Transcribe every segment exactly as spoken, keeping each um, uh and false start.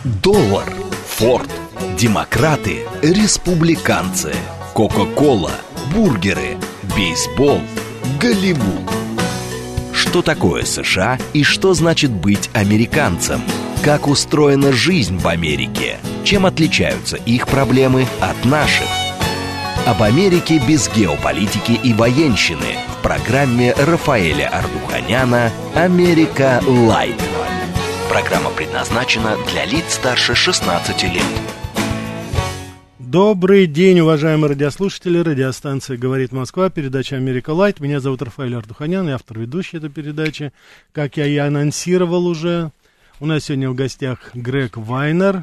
Доллар, Форд, демократы, республиканцы, Кока-кола, бургеры, бейсбол, Голливуд. Что такое США и что значит быть американцем? Как устроена жизнь в Америке? Чем отличаются их проблемы от наших? Об Америке без геополитики и военщины в программе Рафаэля Ардуханяна «Америка Лайт». Программа предназначена для лиц старше шестнадцати лет. Добрый день, уважаемые радиослушатели. Радиостанция «Говорит Москва», передача «Америка Лайт». Меня зовут Рафаэль Ардуханян, я автор-ведущий этой передачи. Как я и анонсировал уже, у нас сегодня в гостях Грег Вайнер.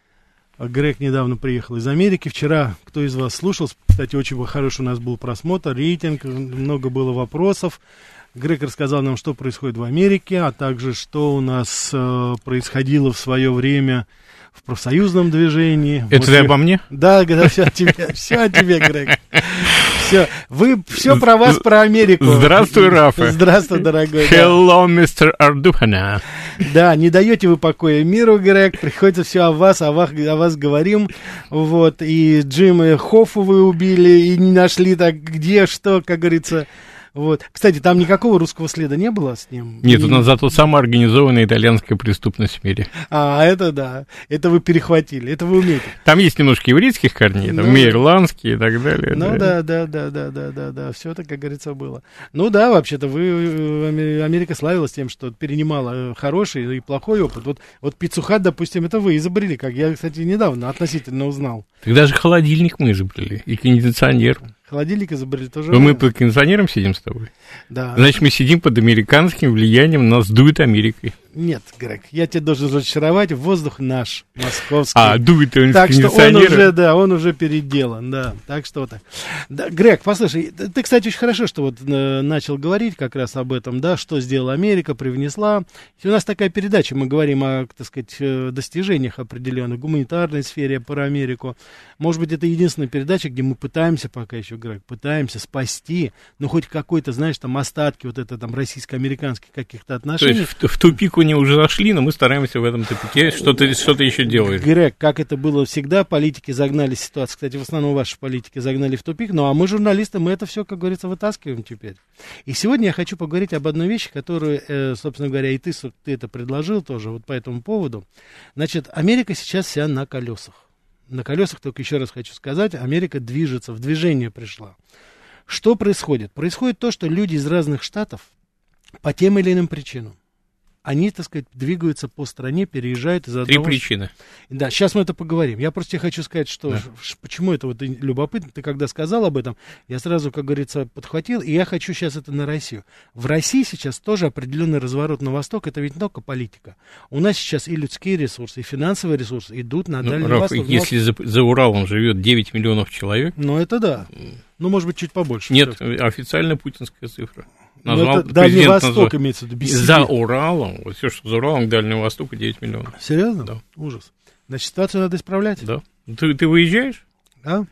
Грег недавно приехал из Америки. Вчера, кто из вас слушал, кстати, очень хороший у нас был просмотр, рейтинг, много было вопросов. Грег рассказал нам, что происходит в Америке, а также, что у нас э, происходило в свое время в профсоюзном движении. Это вот, обо мне? Да, да, все о тебе, все о тебе, Грег. Все, вы, все про вас, про Америку. Здравствуй, Рафа. Здравствуй, дорогой. Hello, мистер Ардухана. Да, не даете вы покоя миру, Грег, приходится все о вас, о вас, о вас говорим. Вот, и Джима Хоффа вы убили, и не нашли так, где, что, как говорится... Вот. Кстати, там никакого русского следа не было с ним? Нет, у нас зато самая организованная итальянская преступность в мире. А, это да, это вы перехватили, это вы умеете. Там есть немножко еврейских корней, там ну, ирландские и так далее. Ну да, да, да, да, да, да, да, все это, как говорится, было. Ну да, вообще-то вы, Америка славилась тем, что перенимала хороший и плохой опыт. Вот, вот Пиццу Хат, допустим, это вы изобрели, как я, кстати, недавно относительно узнал. Тогда же холодильник мы изобрели, и кондиционер. Холодильник изобрели тоже. Но мы под кондиционером сидим с тобой. Да. Значит, мы сидим под американским влиянием, нас дует Америкой. Нет, Грег, я тебя должен разочаровать, воздух наш, московский. А, дует он из так кондиционера. Так что он уже, да, он уже переделан, да, так что так. Да, Грег, послушай, ты, кстати, очень хорошо, что вот э, начал говорить как раз об этом, да, что сделала Америка, привнесла. И у нас такая передача, мы говорим о, так сказать, достижениях определенных, гуманитарной сфере, про Америку. Может быть, это единственная передача, где мы пытаемся пока еще, Грег, пытаемся спасти, ну, хоть какой-то, знаешь, там, остатки вот это, там, российско-американских каких-то отношений. То есть в, в тупик они уже зашли, но мы стараемся в этом тупике что-то, что-то еще делать. Грег, как это было всегда, политики загнали ситуацию, кстати, в основном ваши политики загнали в тупик, ну, а мы, журналисты, мы это все, как говорится, вытаскиваем теперь. И сегодня я хочу поговорить об одной вещи, которую, э, собственно говоря, и ты, ты это предложил тоже, вот по этому поводу. Значит, Америка сейчас вся на колесах. На колесах, только еще раз хочу сказать, Америка движется, в движение пришла. Что происходит? Происходит то, что люди из разных штатов по тем или иным причинам, они, так сказать, двигаются по стране, переезжают из одного... Три причины. Да, сейчас мы это поговорим. Я просто тебе хочу сказать, что да. ш, почему это вот любопытно. Ты когда сказал об этом, я сразу, как говорится, подхватил, и я хочу сейчас это на Россию. В России сейчас тоже определенный разворот на восток, это ведь не только политика. У нас сейчас и людские ресурсы, и финансовые ресурсы идут на ну, Дальний Раф, Восток. Если за, за Уралом живет девять миллионов человек... Ну, это да. Ну, может быть, чуть побольше. Нет, официально путинская цифра. Назвал, это Дальний Восток назвал. Имеется в виду. За Уралом, вот все, что за Уралом, к Дальнему Востоку девять миллионов. Серьезно? Да. Ужас. Значит, ситуацию надо исправлять? Да. Ты, ты выезжаешь? Да.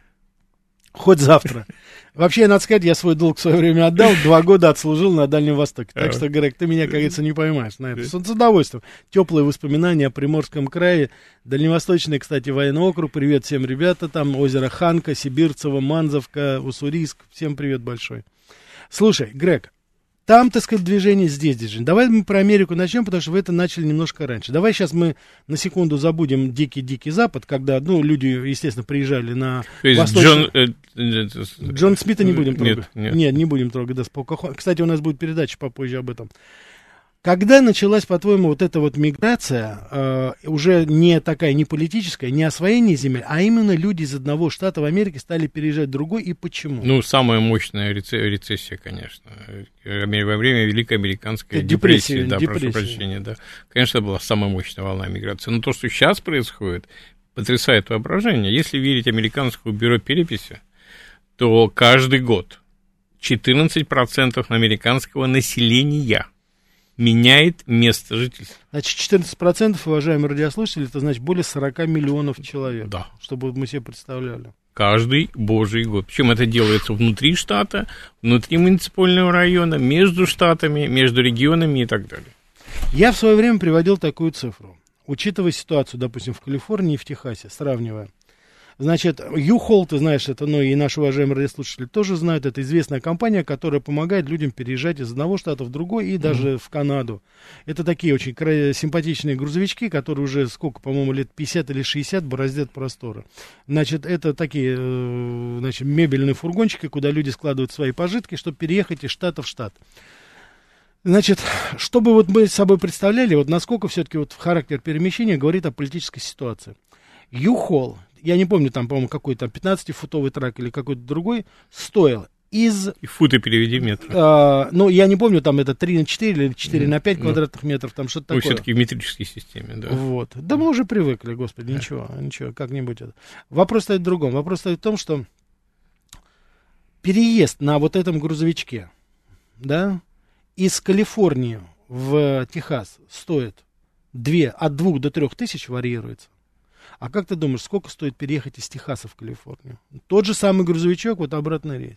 Хоть завтра. Вообще, надо сказать, я свой долг в свое время отдал, два года отслужил на Дальнем Востоке. Так что, Грег, ты меня, как говорится, не поймаешь на это. С удовольствием. Теплые воспоминания о Приморском крае. Дальневосточный, кстати, военный округ. Привет всем, ребята. Там озеро Ханка, Сибирцево, Манзовка, Уссурийск. Всем привет большой. Слушай, Грег, там, так сказать, движение, здесь движение. Давай мы про Америку начнем, потому что вы это начали немножко раньше. Давай сейчас мы на секунду забудем дикий-дикий Запад, когда, ну, люди, естественно, приезжали на восточный... Джон, э, Джон Смита не будем трогать. Нет, нет. нет, не будем трогать. Да, спокойно. Кстати, у нас будет передача попозже об этом. Когда началась, по-твоему, вот эта вот миграция, э, уже не такая, не политическая, не освоение земель, а именно люди из одного штата в Америке стали переезжать в другой, и почему? Ну, самая мощная рецессия, конечно. Во время Великой Американской депрессии, депрессии да, депрессия. прошу прощения, да. Конечно, это была самая мощная волна миграции. Но то, что сейчас происходит, потрясает воображение. Если верить Американскому бюро переписи, то каждый год четырнадцать процентов американского населения меняет место жительства. Значит, четырнадцать процентов, уважаемые радиослушатели, это значит более сорок миллионов человек. Да. Чтобы мы себе представляли. Каждый божий год. Причем это делается внутри штата, внутри муниципального района, между штатами, между регионами и так далее. Я в свое время приводил такую цифру. учитывая ситуацию, допустим, в Калифорнии и в Техасе, сравнивая. Значит, U-Haul, ты знаешь это, но и наши уважаемые радиослушатели тоже знают, это известная компания, которая помогает людям переезжать из одного штата в другой и даже mm-hmm. в Канаду. Это такие очень симпатичные грузовички, которые уже, сколько, по-моему, лет пятьдесят или шестьдесят бороздят просторы. Значит, это такие, значит, мебельные фургончики, куда люди складывают свои пожитки, чтобы переехать из штата в штат. Значит, чтобы вот мы с собой представляли, вот насколько все-таки вот характер перемещения говорит о политической ситуации. U-Haul, я не помню, там, по-моему, какой там пятнадцатифутовый трак или какой-то другой, стоил из... И футы переведи в метры. А, ну, я не помню, там это три на четыре или четыре на пять ну, квадратных метров, там что-то такое. Ну, все-таки в метрической системе, да. Вот. Да мы уже привыкли, господи, ничего, ничего, как-нибудь это. Вопрос стоит в другом. Вопрос стоит в том, что переезд на вот этом грузовичке, да, из Калифорнии в Техас стоит две, от двух до трех тысяч, варьируется. А как ты думаешь, сколько стоит переехать из Техаса в Калифорнию? Тот же самый грузовичок, вот обратный рейс.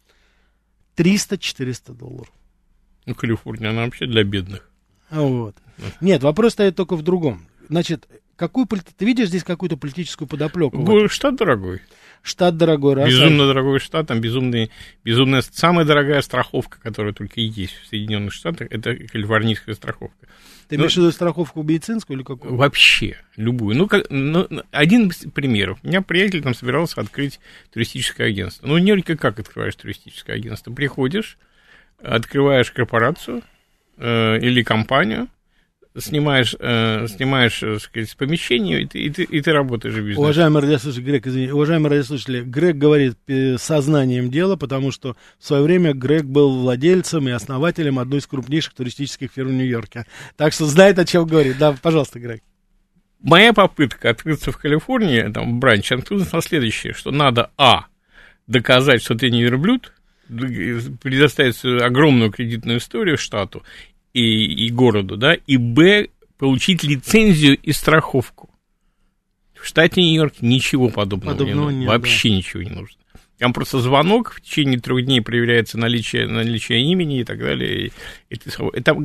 триста-четыреста долларов. Ну, Калифорния, она вообще для бедных. Вот. Нет, вопрос стоит только в другом. Значит, какую, ты видишь здесь какую-то политическую подоплеку? Штат дорогой. Штат дорогой, раз. Безумно дорогой штат, там безумный, безумная, самая дорогая страховка, которая только и есть в Соединенных Штатах, это калифорнийская страховка. Ты имеешь в виду страховку медицинскую или какую? Вообще, любую. Ну, как, ну, один из примеров. У меня приятель там собирался открыть туристическое агентство. Ну, не только как открываешь туристическое агентство. Приходишь, открываешь корпорацию э, или компанию, снимаешь, э, снимаешь, так сказать, помещение, и ты, и, ты, и ты работаешь в бизнесе. Уважаемый радиослушатель, Грег, извини, уважаемые радиослушатели, Грег говорит сознанием дела, потому что в свое время Грег был владельцем и основателем одной из крупнейших туристических фирм в Нью-Йорке. Так что знает, о чем говорит. Да, пожалуйста, Грег. Моя попытка открыться в Калифорнии, там, бранч, на следующее, что надо, а, доказать, что ты не верблюд, предоставить огромную кредитную историю штату, И, и городу, да, и, б, получить лицензию и страховку. В штате Нью-Йорк ничего подобного, подобного не нужно, нет, вообще да. Ничего не нужно. Там просто звонок, в течение трех дней проверяется наличие, наличие имени и так далее. И, и ты, это,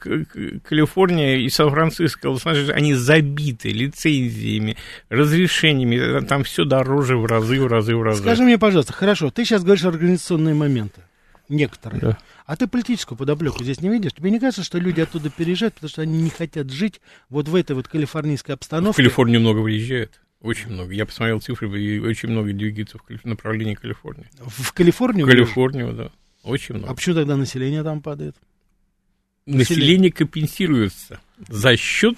Калифорния и Сан-Франциско, Лос-Анджелес, они забиты лицензиями, разрешениями, там все дороже в разы, в разы, в разы. Скажи мне, пожалуйста, хорошо, ты сейчас говоришь организационные моменты. Некоторые. Да. А ты политическую подоплеку здесь не видишь? Тебе не кажется, что люди оттуда переезжают, потому что они не хотят жить вот в этой вот калифорнийской обстановке? В Калифорнию много выезжает. Очень много. Я посмотрел цифры, и очень много двигается в направлении Калифорнии. В Калифорнию? В Калифорнию, да. Очень много. А почему тогда население там падает? Население, население компенсируется за счет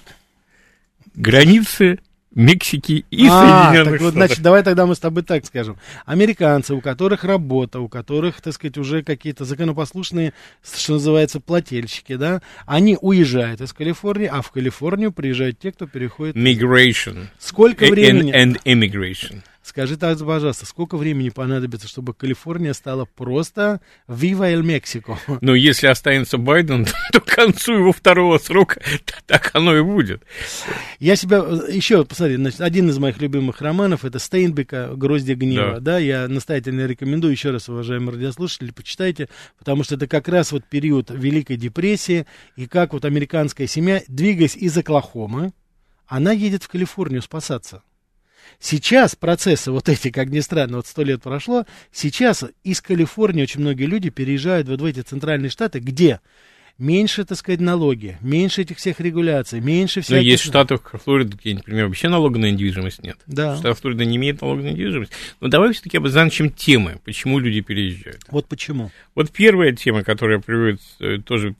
границы Мексики и а, Соединенных так вот, Штатов. Значит, давай тогда мы с тобой так скажем. Американцы, у которых работа, у которых, так сказать, уже какие-то законопослушные, что называется, плательщики, да, они уезжают из Калифорнии, а в Калифорнию приезжают те, кто переходит... Migration. Сколько времени... And, and immigration. Скажи так, пожалуйста, сколько времени понадобится, чтобы Калифорния стала просто Viva el Mexico? Ну, если останется Байден, то к концу его второго срока так оно и будет. Я себя... Еще, посмотри, значит, один из моих любимых романов, это Стейнбека «Гроздья гнева». Да. Да, я настоятельно рекомендую, еще раз, уважаемые радиослушатели, почитайте, потому что это как раз вот период Великой депрессии, и как вот американская семья, двигаясь из Оклахомы, она едет в Калифорнию спасаться. Сейчас процессы вот эти, как ни странно, вот сто лет прошло, сейчас из Калифорнии очень многие люди переезжают вот в эти центральные штаты, где меньше, так сказать, налоги, меньше этих всех регуляций, меньше всяких... Но есть штаты, как Флорида, где, например, вообще налога на недвижимость нет. Да. Штат Флорида не имеет налога на недвижимость. Но давай все-таки обозначим темы, почему люди переезжают. Вот почему. Вот первая тема, которая приводит тоже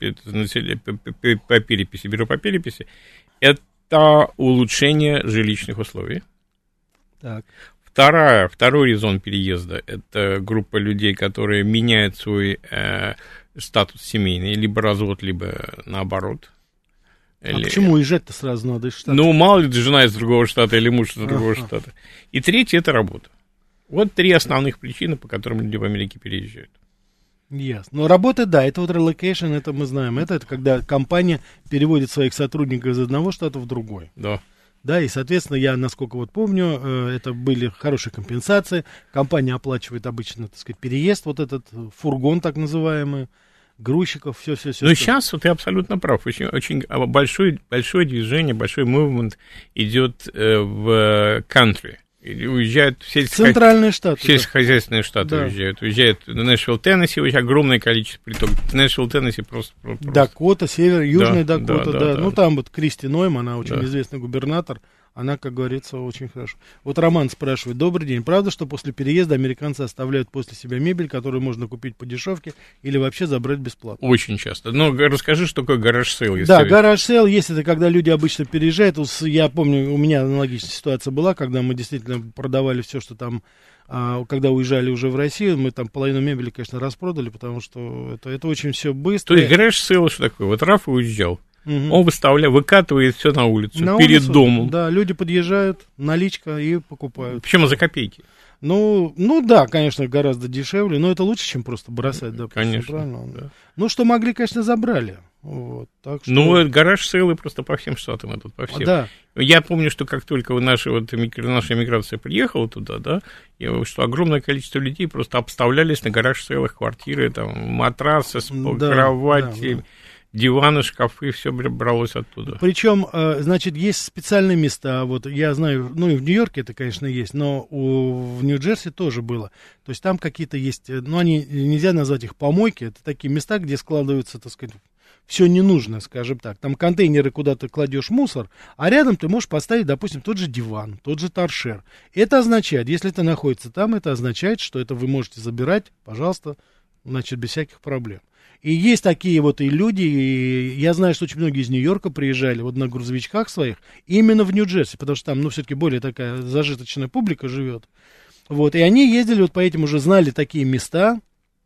по переписи, бюро по переписи, это улучшение жилищных условий. Так. Вторая, второй резон переезда – это группа людей, которые меняют свой э, статус семейный, либо развод, либо наоборот. А или... почему уезжать-то сразу надо из штата? Ну, мало ли, жена из другого штата или муж из другого ага. штата. И третье – это работа. Вот три основных причины, по которым люди в Америке переезжают. Ясно. Но работа, да, это вот relocation, это мы знаем. Это, это когда компания переводит своих сотрудников из одного штата в другой. Да. Да, и, соответственно, я, насколько вот помню, э, это были хорошие компенсации. Компания оплачивает обычно, так сказать, переезд, вот этот фургон так называемый. грузчиков, все-все-все. Ну, сейчас вот ты абсолютно прав. Очень, очень большое, большое движение, большой мувмент идет э, в country. Уезжают в сельско... центральные штаты. В сельскохозяйственные да. штаты да. уезжают. Уезжают в Нэшвилл, Теннесси, огромное количество притоков. Нэшвилл, Теннесси просто, просто... Дакота, север, Южная да, Дакота, да, да, да. да. Ну, там вот Кристи Нойм, она очень да. известный губернатор. Она, как говорится, очень хорошо. Вот Роман спрашивает. Добрый день. Правда, что после переезда американцы оставляют после себя мебель, которую можно купить по дешевке или вообще забрать бесплатно? Очень часто. Но расскажи, что такое гараж-сейл. Да, ты... гараж-сейл, если это когда люди обычно переезжают. Я помню, у меня аналогичная ситуация была, когда мы действительно продавали все, что там, когда уезжали уже в Россию, мы там половину мебели, конечно, распродали, потому что это, это очень все быстро. То есть гараж-сейл что такое? Вот Раф уезжал. Угу. Он выставляет, выкатывает все на улицу, на перед улицу, домом. Да, люди подъезжают, наличка и покупают. Причем за копейки. Ну, ну да, конечно, гораздо дешевле, но это лучше, чем просто бросать, да, конечно. Правильно. Да. Ну, что могли, конечно, забрали. Вот, так что... Ну, гараж-сейлы просто по всем штатам идут, по всем. Да. Я помню, что как только наша, вот, наша эмиграция приехала туда, да, я, что огромное количество людей просто обставлялись на гараж-сейлах квартиры, там, матрасы, да, кровати... Да, да. Диваны, шкафы, все бралось оттуда. Причем, значит, есть специальные места. Вот я знаю, ну и в Нью-Йорке это, конечно, есть, но у, в Нью-Джерси тоже было. То есть там какие-то есть, ну, они нельзя назвать их помойки, это такие места, где складываются, так сказать, все ненужное, скажем так. Там контейнеры, куда ты кладешь мусор, а рядом ты можешь поставить, допустим, тот же диван, тот же торшер. Это означает, если это находится там, это означает, что это вы можете забирать, пожалуйста, значит, без всяких проблем. И есть такие вот и люди, и я знаю, что очень многие из Нью-Йорка приезжали вот на грузовичках своих именно в Нью-Джерси, потому что там, ну, все-таки более такая зажиточная публика живет. Вот, и они ездили вот по этим, уже знали такие места,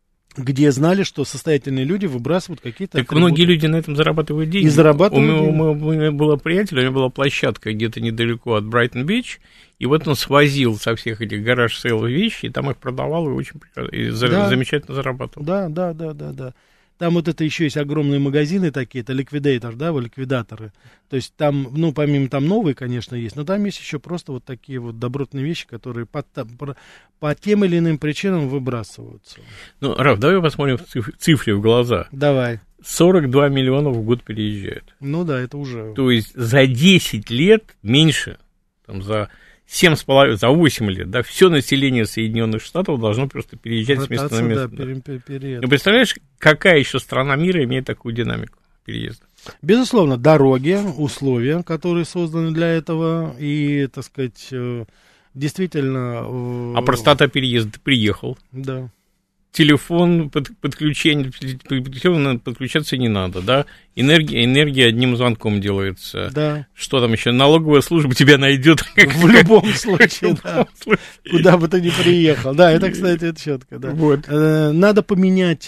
где знали, что состоятельные люди выбрасывают какие-то... Так атрибуты. Многие люди на этом зарабатывают деньги. И зарабатывают у меня, деньги. У меня был приятель, у него была площадка где-то недалеко от Брайтон-Бич, и вот он свозил со всех этих гараж-сейлов вещи, и там их продавал, и очень и да. замечательно зарабатывал. Да, да, да, да, да. Там вот это еще есть огромные магазины такие, это ликвидатор, да, ликвидаторы. То есть там, ну, помимо там новые, конечно, есть, но там есть еще просто вот такие вот добротные вещи, которые по, по, по тем или иным причинам выбрасываются. Ну, Раф, давай посмотрим в цифре в глаза. Давай. сорок два миллиона в год переезжают. Ну да, это уже... То есть за десять лет меньше, там, за... семь с половиной, за восемь лет, да, все население Соединенных Штатов должно просто переезжать с места на место. Да, да. Пере, пере, ну, представляешь, какая еще страна мира имеет такую динамику переезда? Безусловно, дороги, условия, которые созданы для этого, и, так сказать, действительно... А простота переезда, ты приехал. Да. Телефон, под, подключение, подключаться не надо, да, энергия, энергия одним звонком делается. Да. Что там еще, налоговая служба тебя найдет. В любом случае, да. Куда бы ты ни приехал. Да, это, кстати, это четко, да. Вот. Надо поменять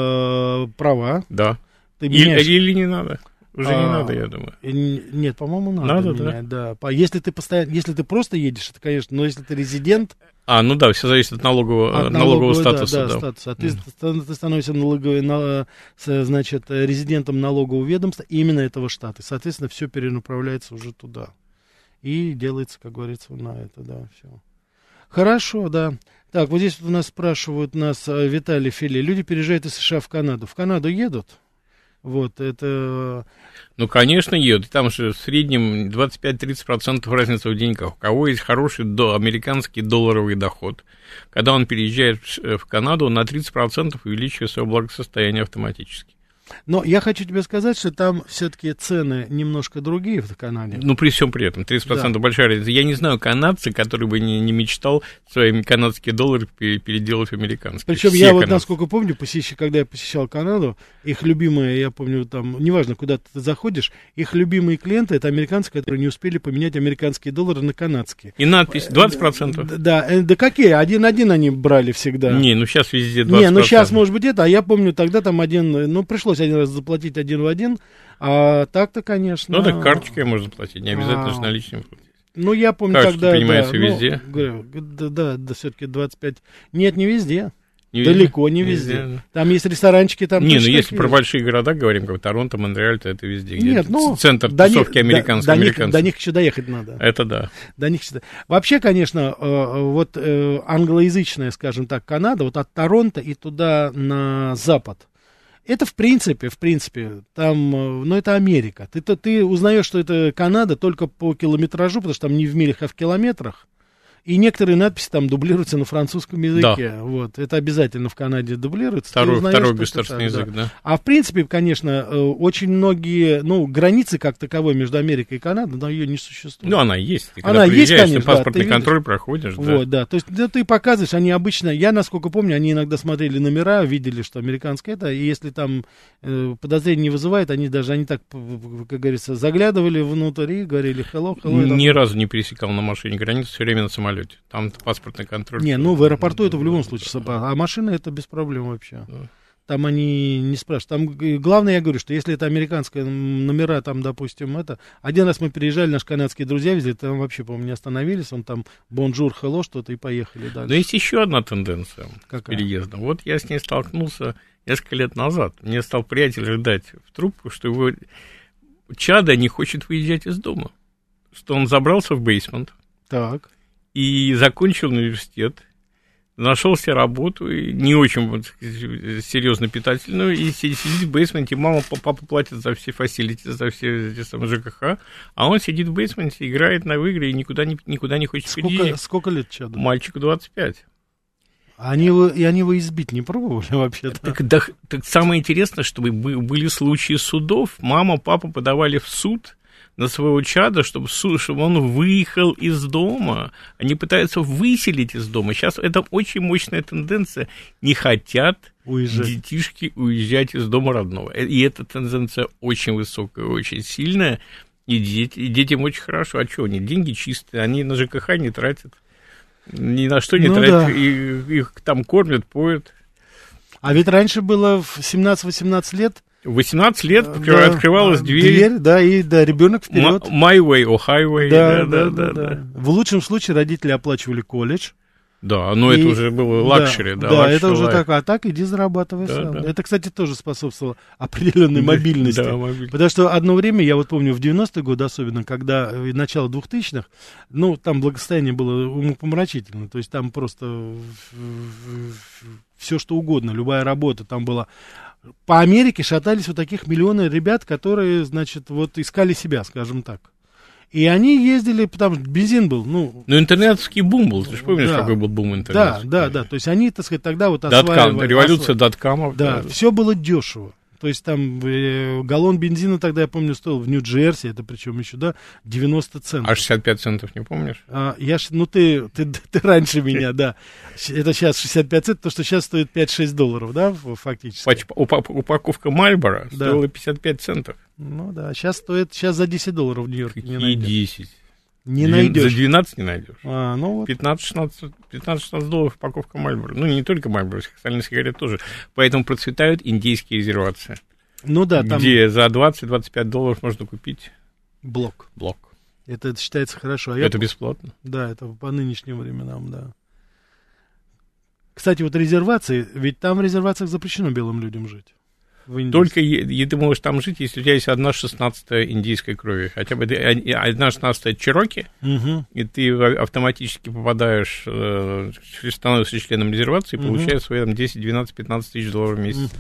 права. Да. Или не надо. Уже а, не надо, я думаю. Нет, по-моему, надо, надо менять, да. да. Если ты постоянно, если ты просто едешь, это, конечно, но если ты резидент... А, ну да, все зависит от налогового, от налогового, налогового статуса. Да, да, да. статуса. А mm. ты, ты становишься налоговый, на, значит, резидентом налогового ведомства именно этого штата. И, соответственно, все перенаправляется уже туда. И делается, как говорится, на это, да, все. Хорошо, да. Так, вот здесь вот у нас спрашивают нас, Виталий Филе, люди переезжают из США в Канаду. В Канаду едут? Вот, это... Ну, конечно, едут. Там же в среднем двадцать пять - тридцать процентов разница в деньгах. У кого есть хороший до, американский долларовый доход, когда он переезжает в Канаду, он на тридцать процентов увеличивает свое благосостояние автоматически. Но я хочу тебе сказать, что там все-таки цены немножко другие в Канаде. Ну, при всем при этом, тридцать процентов да. большая разница. Я не знаю канадца, который бы не, не мечтал свои канадские доллары переделать в американские. Причем я канадцы. Вот, насколько помню, посещ... когда я посещал Канаду, их любимые, я помню, там, неважно, куда ты заходишь, их любимые клиенты — это американцы, которые не успели поменять американские доллары на канадские. И надпись двадцать процентов. Да, да какие? Один-один они брали всегда. Не, ну сейчас везде двадцать процентов. Не, ну сейчас, может быть, это, а я помню, тогда там один, ну, пришлось один раз заплатить один в один, а так-то, конечно... Ну, так карточкой можно заплатить, не обязательно а... же наличным платить. Ну, я помню, Карточки тогда... принимаются да, везде? Ну, говорю, да, да, да, все-таки двадцать пять... Нет, не везде. Не Далеко везде? не везде. везде. Там есть ресторанчики, там... Не, ну если про большие города говорим, как Торонто, Монреаль, то это везде. Нет, ну... Центр тусовки американских до, американцев. До них, до них еще доехать надо. Это да. До них еще... Вообще, конечно, вот англоязычная, скажем так, Канада, вот от Торонто и туда на запад, Это в принципе, в принципе, там, ну, это Америка. Ты, ты, ты узнаешь, что это Канада только по километражу, потому что там не в милях, а в километрах. И некоторые надписи там дублируются на французском языке. Да. Вот. Это обязательно в Канаде дублируется. Второй, узнаешь, второй государственный язык, да. да. А в принципе, конечно, очень многие, ну, границы как таковой между Америкой и Канадой, но ее не существует. Ну, она есть. Ты она есть, конечно. Ты паспортный да, контроль видишь? Проходишь, да. Вот, да. То есть да, ты показываешь, они обычно, я насколько помню, они иногда смотрели номера, видели, что американское это, и если там э, подозрение не вызывает, они даже, они так, как говорится, заглядывали внутрь и говорили hello, hello. Ни там... разу не пересекал на машине границу, все время на самолете. Там паспортный контроль. Не, ну в аэропорту это в любом случае. А машина это без проблем вообще. Да. Там они не спрашивают. Там главное, я говорю, что если это американские номера, там, допустим, это... Один раз мы переезжали, наши канадские друзья везли, там вообще, по-моему, не остановились. Он там бонжур, hello, что-то, и поехали дальше. Но есть еще одна тенденция. Какая? С переездом. Вот я с ней столкнулся несколько лет назад. Мне стал приятель ждать в трубку, что его чадо не хочет выезжать из дома. Что он забрался в бейсмент. Так. И закончил университет, нашел себе работу, и не очень вот, серьезно питательную, и сидит в бейсменте, мама, папа платят за все фасилити, за все эти самые ЖКХ, а он сидит в бейсменте, играет на игры и никуда не, никуда не хочет сколько, переезжать. Сколько лет чаду? Мальчику двадцать пять. Они его, и они его избить не пробовали вообще-то? Так, да, так самое интересное, чтобы были случаи судов, мама, папа подавали в суд на своего чада, чтобы, чтобы он выехал из дома. Они пытаются выселить из дома. Сейчас это очень мощная тенденция. Не хотят уезжать. Детишки уезжать из дома родного. И эта тенденция очень высокая, очень сильная. И, дети, и детям очень хорошо. А что, они деньги чистые, они на ЖКХ не тратят. Ни на что не ну, тратят. Да. Их, их там кормят, поют. А ведь раньше было в семнадцать-восемнадцать лет В восемнадцать лет да, открывалась дверь. Дверь, да, и да, ребенок вперед. My way or highway. Да, да, да, да, да, да. В лучшем случае родители оплачивали колледж. Да, но и, это уже было лакшери, да. Да, да это уже так, а так иди зарабатывай да, сам. Да. Это, кстати, тоже способствовало определенной мобильности. Да, мобильность. Потому что одно время, я вот помню, в девяностые годы особенно, когда начало двухтысячных, ну, там благосостояние было умопомрачительно, то есть там просто все что угодно, любая работа, там была... По Америке шатались вот таких миллионы ребят, которые, значит, вот искали себя, скажем так. И они ездили, потому что бензин был, ну... Ну, интернетский бум был, ты же помнишь, да, какой был бум интернета? Да, да, да, то есть они, так сказать, тогда вот осваивали... Революция доткамов. Да, да, все было дешево. То есть там э, галлон бензина тогда, я помню, стоил в Нью-Джерси, это причем еще, да, девяносто центов. А шестьдесят пять центов, не помнишь? А, я ж, ну ты, ты, ты раньше меня, да. Это сейчас шестьдесят пять центов, то, что сейчас стоит пять-шесть долларов, да, фактически. Упаковка Мальборо да. стоила пятьдесят пять центов. Ну да, сейчас стоит, сейчас за десять долларов в Нью-Йорке не найдешь. И десять. Не найдешь. За двенадцать не найдешь. А, ну вот. пятнадцать-шестнадцать долларов упаковка Мальборо. Ну, не только Мальборо, остальные сигареты тоже. Поэтому процветают индейские резервации. Ну да, там... Где за двадцать-двадцать пять долларов можно купить... Блок. Блок. Это, это считается хорошо. А это я... бесплатно. Да, это по нынешним временам, да. Кстати, вот резервации, ведь там в резервациях запрещено белым людям жить. Только и ты можешь там жить, если у тебя есть одна шестнадцатая индийской крови. Хотя бы одна шестнадцатая чероки, угу. И ты автоматически попадаешь, становишься членом резервации и угу. получаешь свои там, десять, двенадцать, пятнадцать тысяч долларов в месяц.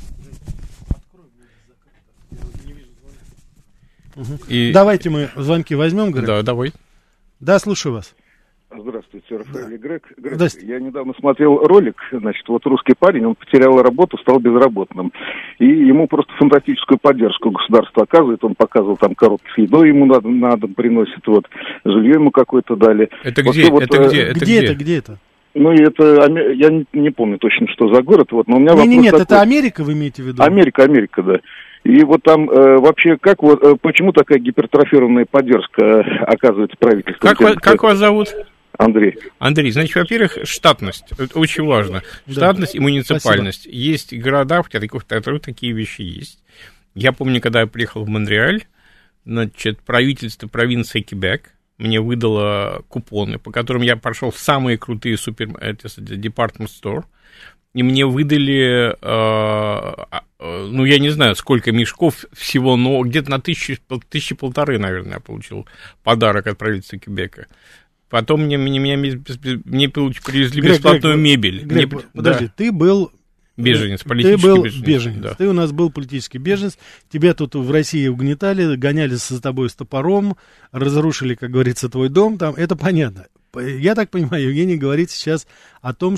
Угу. И... Давайте мы звонки возьмем, Грег. Да, давай. Да, слушаю вас. Здравствуйте, Рафаэль и Грег. Грег. Я недавно смотрел ролик, значит, вот русский парень, он потерял работу, стал безработным. И ему просто фантастическую поддержку государство оказывает. Он показывал там коробки с едой ему надо, надо приносит, вот, жилье ему какое-то дали. Это где? Вот, это, вот, где? это где? это? Где это? Ну, это, я не, не помню точно, что за город, вот, но у меня вопрос Нет, нет, такой. Это Америка, вы имеете в виду? Америка, Америка, да. И вот там э, вообще, как вот, э, почему такая гипертрофированная поддержка э, оказывается правительством? Как, вы, как вас зовут? Андрей. Андрей, значит, во-первых, штатность, это очень важно. Штатность да. и муниципальность. Спасибо. Есть города, в которых такие вещи есть. Я помню, когда я приехал в Монреаль, значит, правительство провинции Квебек мне выдало купоны, по которым я пошел в самые крутые супер, это, department store, и мне выдали, э, ну, я не знаю, сколько мешков всего, но где-то на тысячи, тысячи полторы, наверное, я получил подарок от правительства Квебека. Потом мне, мне, мне, мне привезли Грег, бесплатную Грег, мебель. Грег, мне, подожди, да. ты был Беженец, политический ты был беженец. беженец. Да. Ты у нас был политический беженец. Тебя тут в России угнетали, гонялись за тобой с топором, разрушили, как говорится, твой дом. Там, это понятно. Я так понимаю, Евгений говорит сейчас о том,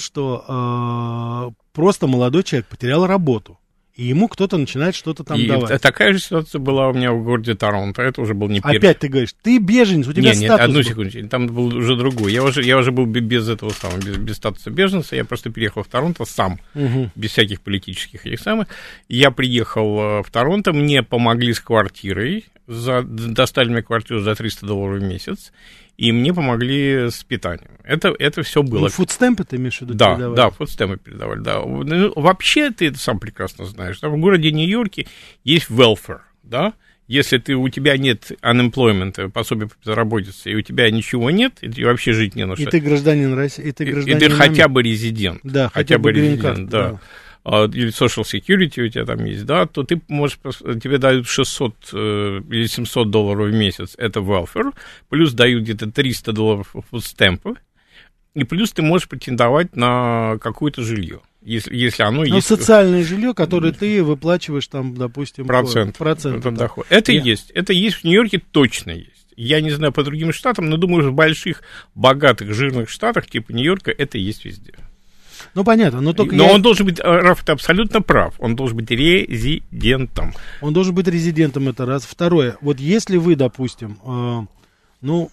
что э, просто молодой человек потерял работу. И ему кто-то начинает что-то там и давать. Такая же ситуация была у меня в городе Торонто. Это уже был не первый. Опять ты говоришь, ты беженец, у тебя нет, статус. Нет, одну был. секунду, там был уже другой. Я уже, я уже был без этого самого, без, без статуса беженца. Я просто переехал в Торонто сам, угу. без всяких политических этих самых. Я приехал в Торонто, мне помогли с квартирой, за, достали мне квартиру за триста долларов в месяц. И мне помогли с питанием. Это, это все было. Ну, фудстемпы ты имеешь в виду? Да, передавали? да, фудстемпы передавали, да. Ну, вообще, ты это сам прекрасно знаешь, да, в городе Нью-Йорке есть welfare, да. Если ты, у тебя нет unemployment, пособия по безработице, и у тебя ничего нет, и ты вообще жить не на что. И ты гражданин России, и ты гражданин... И ты хотя бы резидент. Да, хотя, хотя бы резидент, да. да. Или social security у тебя там есть, да, то ты можешь, тебе дают шестьсот или семьсот долларов в месяц, это welfare, плюс дают где-то триста долларов фудстемпов, и плюс ты можешь претендовать на какое-то жилье, если, если оно ну, есть. Ну, социальное жилье, которое ты выплачиваешь там, допустим, процент, процент это доход. Это Я... есть, это есть в Нью-Йорке точно есть. Я не знаю по другим штатам, но думаю, в больших, богатых, жирных штатах, типа Нью-Йорка, это есть везде. Ну, понятно, но только Но я... он должен быть, Раф, ты абсолютно прав, он должен быть резидентом. Он должен быть резидентом, это раз. Второе, вот если вы, допустим, э, ну,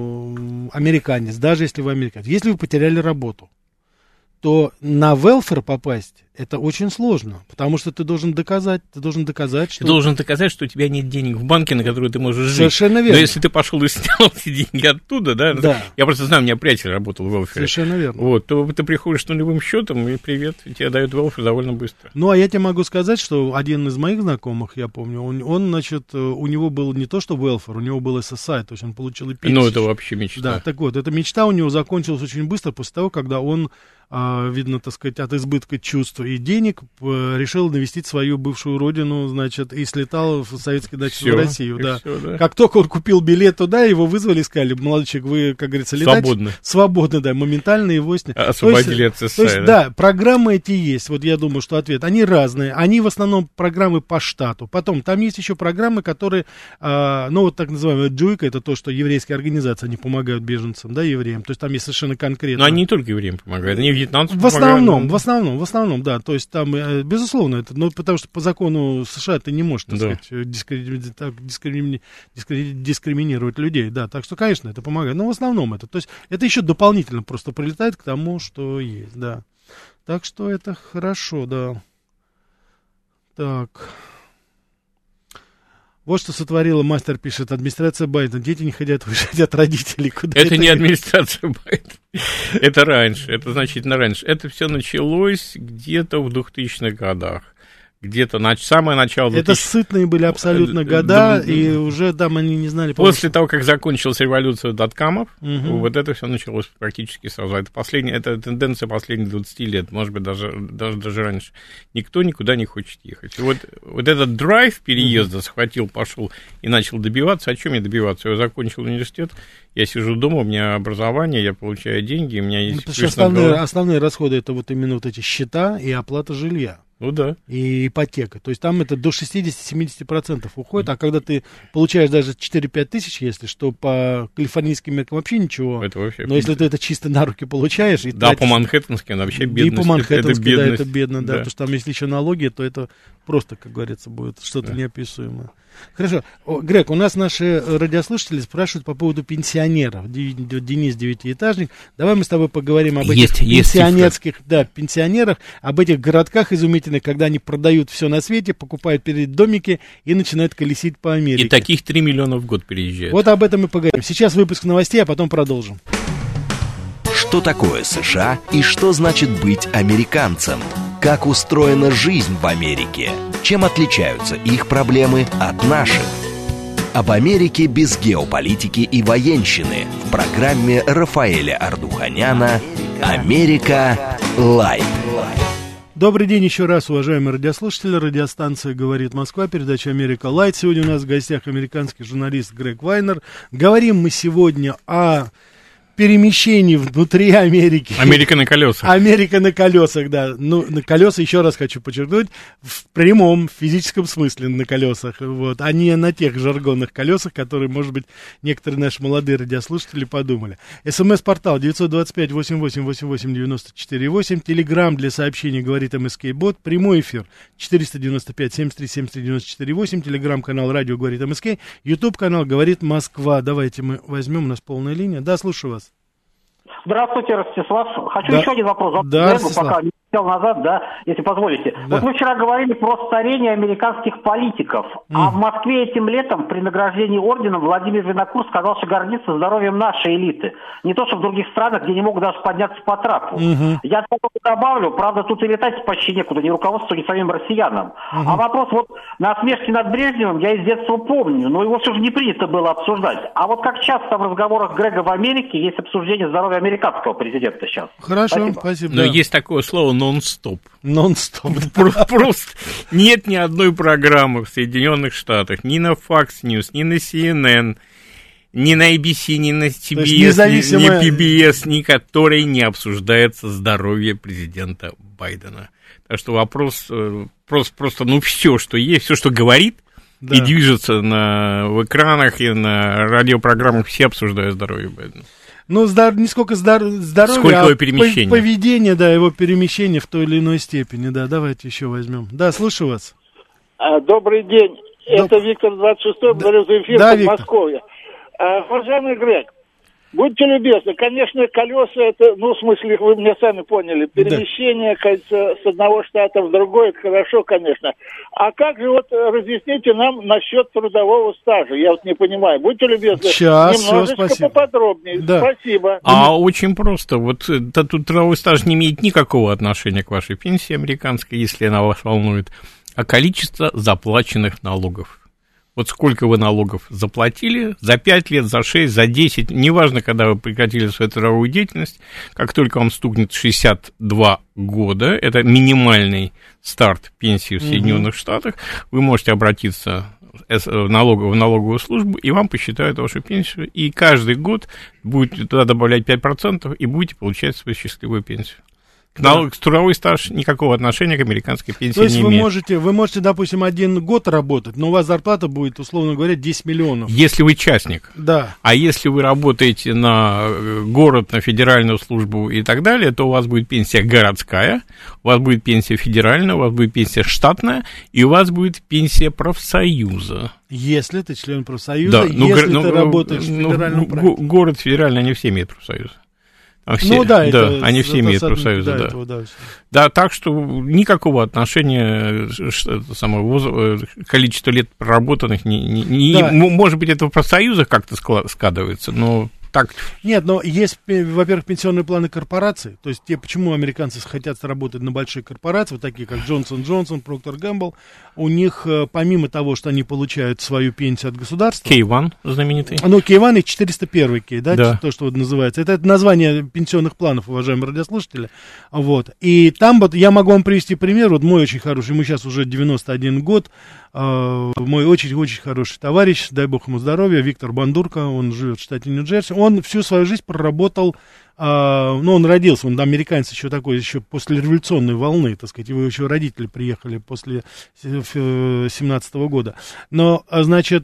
э, американец, даже если вы американец, если вы потеряли работу, то на welfare попасть это очень сложно, потому что ты должен доказать, ты должен доказать, что... Ты должен доказать, что у тебя нет денег в банке, на которые ты можешь жить. Совершенно верно. Но если ты пошел и снял эти деньги оттуда, да, да. Я просто знаю, у меня приятель работал в welfare. Совершенно верно. Вот, то ты приходишь с нулевым счетом, и привет, и тебе дают welfare довольно быстро. Ну, а я тебе могу сказать, что один из моих знакомых, я помню, он, он значит, у него был не то что welfare, у него был эс эс ай, то есть он получил и пенсию. Ну, это вообще мечта. Да, так вот, эта мечта у него закончилась очень быстро после того, когда он, видно, так сказать, от избытка чувств и денег решил навестить свою бывшую родину, значит, и слетал в советский даче в Россию, да. Все, да. Как только он купил билет туда, его вызвали и сказали, молодой человек, вы, как говорится, летать... Свободно. Свободно, да, моментально его сняли. Освободили от эс эс ай, то есть, да? Да, программы эти есть, вот я думаю, что ответ, они разные, они в основном программы по штату, потом там есть еще программы, которые, а, ну, вот так называемая джуйка, это то, что еврейские организации, они помогают беженцам, да, евреям, то есть там есть совершенно конкретно... Но они не только евреям помогают, они вьетнамцам в помогают. Основном, в основном, в основном, да, то есть там, безусловно, это, ну, потому что по закону США ты не можешь, так да. сказать, дискри... дискри... Дискри... дискриминировать людей, да, так что, конечно, это помогает, но в основном это, то есть это еще дополнительно просто прилетает к тому, что есть, да, так что это хорошо, да, так... Вот что сотворила, мастер пишет, администрация Байдена. Дети не хотят уезжать от родителей. Куда это, это не не... администрация Байдена. Это раньше, это значительно раньше. Это все началось где-то в двухтысячных годах. Где-то на самое начало... Это сытные были абсолютно года, и уже там они не знали... После того, как закончилась революция доткамов, угу. вот это все началось практически сразу. Это, последняя, это тенденция последних двадцати лет, может быть, даже, даже, даже раньше. Никто никуда не хочет ехать. И вот, вот этот драйв переезда угу. схватил, пошел и начал добиваться. О чем я добиваться? Я закончил университет, я сижу дома, у меня образование, я получаю деньги, у меня есть... Потому что основные, основные расходы, это вот именно вот эти счета и оплата жилья. Ну да. И ипотека. То есть там это до шестьдесят-семьдесят процентов уходит, а когда ты получаешь даже четыре-пять тысяч, если что, по калифорнийским меркам вообще ничего. Это вообще... Но если ты это чисто на руки получаешь... И да, тратишь... по-манхэттенски, она вообще бедность. И по-манхэттенски, это да, это бедно, да, да. Потому что там, если еще налоги, то это просто, как говорится, будет что-то да. неописуемое. Хорошо. О, Грег, у нас наши радиослушатели спрашивают по поводу пенсионеров. Денис Девятиэтажник. Давай мы с тобой поговорим об есть, этих пенсионерских, да, пенсионерах, об этих городках изумительных, когда они продают все на свете, покупают перед домики и начинают колесить по Америке. И таких три миллиона в год переезжают. Вот об этом мы поговорим. Сейчас выпуск новостей, а потом продолжим. Что такое США и что значит быть американцем? Как устроена жизнь в Америке? Чем отличаются их проблемы от наших? Об Америке без геополитики и военщины в программе Рафаэля Ардуханяна «Америка Лайв». Добрый день еще раз, уважаемые радиослушатели. Радиостанция «Говорит Москва», передача «Америка Лайт». Сегодня у нас в гостях американский журналист Грег Вайнер. Говорим мы сегодня о перемещений внутри Америки. Америка на колесах. Америка на колесах, да. Ну, на колеса, еще раз хочу подчеркнуть, в прямом физическом смысле на колесах, вот, а не на тех жаргонных колесах, которые, может быть, некоторые наши молодые радиослушатели подумали. СМС-портал девять два пять восемь восемь восемь восемь девять четыре восемь, телеграмм для сообщений говорит МСК-бот, прямой эфир четыреста девяносто пять семьдесят три семьдесят три девяносто четыре восемь, телеграм-канал радио говорит МСК, ютуб-канал говорит Москва. Давайте мы возьмем, у нас полная линия. Да, слушаю вас. Здравствуйте, Ростислав. Хочу да. еще один вопрос. Да, пока не сел назад, да, если позволите. Да. Вот вы вчера говорили про старение американских политиков, mm. а в Москве этим летом при награждении орденом Владимир Винокур сказал, что гордится здоровьем нашей элиты. Не то, что в других странах, где не могут даже подняться по трапу. Mm-hmm. Я только добавлю, правда, тут и летать почти некуда, ни руководству, ни самим россиянам. Mm-hmm. А вопрос вот насмешки над Брежневым я из детства помню, но его все же не принято было обсуждать. А вот как часто в разговорах Грега в Америке есть обсуждение здоровья американского президента сейчас? Хорошо, спасибо. спасибо Но да. есть такое слово нон-стоп. Нон-стоп. Просто нет ни одной программы в Соединенных Штатах, ни на Fox News, ни на си эн эн, ни на эй би си, ни на си би эс, независимая... ни, ни пи би эс, ни которой не обсуждается здоровье президента Байдена. Так что вопрос просто, просто ну, все, что есть, все, что говорит, да. и движется на, в экранах и на радиопрограммах, все обсуждают здоровье Байдена. Ну, здор- не сколько здор- здоровья, сколько а его перемещения. поведение, да, его перемещение в той или иной степени, да, давайте еще возьмем. Да, слушаю вас. Добрый день, Доб... это Виктор двадцать шестой, благодарю за эфир да, в Москве. Уважаемый Грег, будьте любезны, конечно, колеса, это, ну, в смысле, вы меня сами поняли, перемещение, да. кажется, с одного штата в другой, это хорошо, конечно. А как же, вот, разъясните нам насчет трудового стажа, я вот не понимаю. Будьте любезны, Сейчас, немножечко все, поподробнее. Да. Спасибо. А очень просто, вот тут трудовой стаж не имеет никакого отношения к вашей пенсии американской, если она вас волнует, а количество заплаченных налогов. Вот сколько вы налогов заплатили за пять лет, за шесть, за десять, неважно, когда вы прекратили свою трудовую деятельность, как только вам стукнет шестьдесят два года, это минимальный старт пенсии в Соединенных mm-hmm. Штатах, вы можете обратиться в налоговую, в налоговую службу, и вам посчитают вашу пенсию, и каждый год будете туда добавлять пять процентов, и будете получать свою счастливую пенсию. Налог, трудовой стаж никакого отношения к американской пенсии не имеет. То есть вы можете, вы можете, допустим, один год работать, но у вас зарплата будет, условно говоря, десять миллионов. Если вы частник. Да. А если вы работаете на город, на федеральную службу и так далее, то у вас будет пенсия городская, у вас будет пенсия федеральная, у вас будет пенсия штатная, и у вас будет пенсия профсоюза. Если ты член профсоюза, да, ну, если ну, ты ну, работаешь ну, в федеральном ну, проекте. Город федеральный, они все имеют профсоюз. Все, ну да, да это, они все имеют профсоюзы, да. Да. Этого, да, да, так что никакого отношения самого количества лет проработанных, не, не, да. не, может быть, это в профсоюзах как-то складывается, но так. Нет, но есть, во-первых, пенсионные планы корпораций, то есть те, почему американцы хотят работать на большие корпорации, вот такие как Джонсон Джонсон, Проктор Гэмбл, у них, помимо того, что они получают свою пенсию от государства... кей один знаменитый. Ну, кей один и четыреста один кей, да, да. то, что вот называется. Это, это название пенсионных планов, уважаемые радиослушатели. Вот. И там вот я могу вам привести пример, вот мой очень хороший, ему сейчас уже девяносто один год, Uh, мой очень-очень хороший товарищ, дай бог ему здоровья, Виктор Бандурко, он живет в штате Нью-Джерси, он всю свою жизнь проработал, uh, ну, он родился, он американец еще такой, еще после революционной волны, так сказать, его еще родители приехали после семнадцатого года, но, значит,